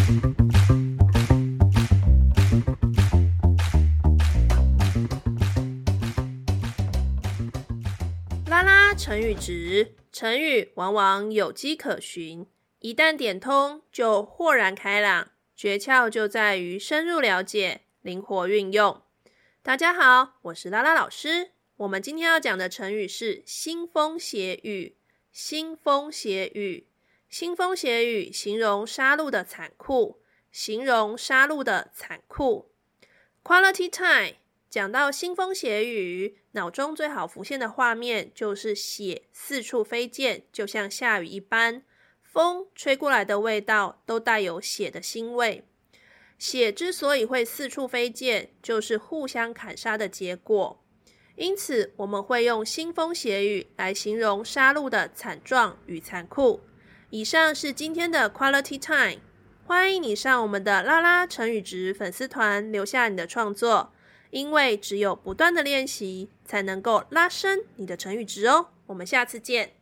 拉拉成语质，成语往往有迹可循，一旦点通就豁然开朗，诀窍就在于深入了解，灵活运用。大家好，我是拉拉老师。我们今天要讲的成语是腥风血雨。腥风血雨，腥风血雨形容杀戮的残酷，形容杀戮的残酷。Quality time， 讲到腥风血雨，脑中最好浮现的画面就是血四处飞溅，就像下雨一般，风吹过来的味道都带有血的腥味。血之所以会四处飞溅，就是互相砍杀的结果。因此，我们会用腥风血雨来形容杀戮的惨状与残酷。以上是今天的 Quality Time， 欢迎你上我们的拉拉成语质粉丝团留下你的创作，因为只有不断的练习，才能够拉升你的成语质哦。我们下次见。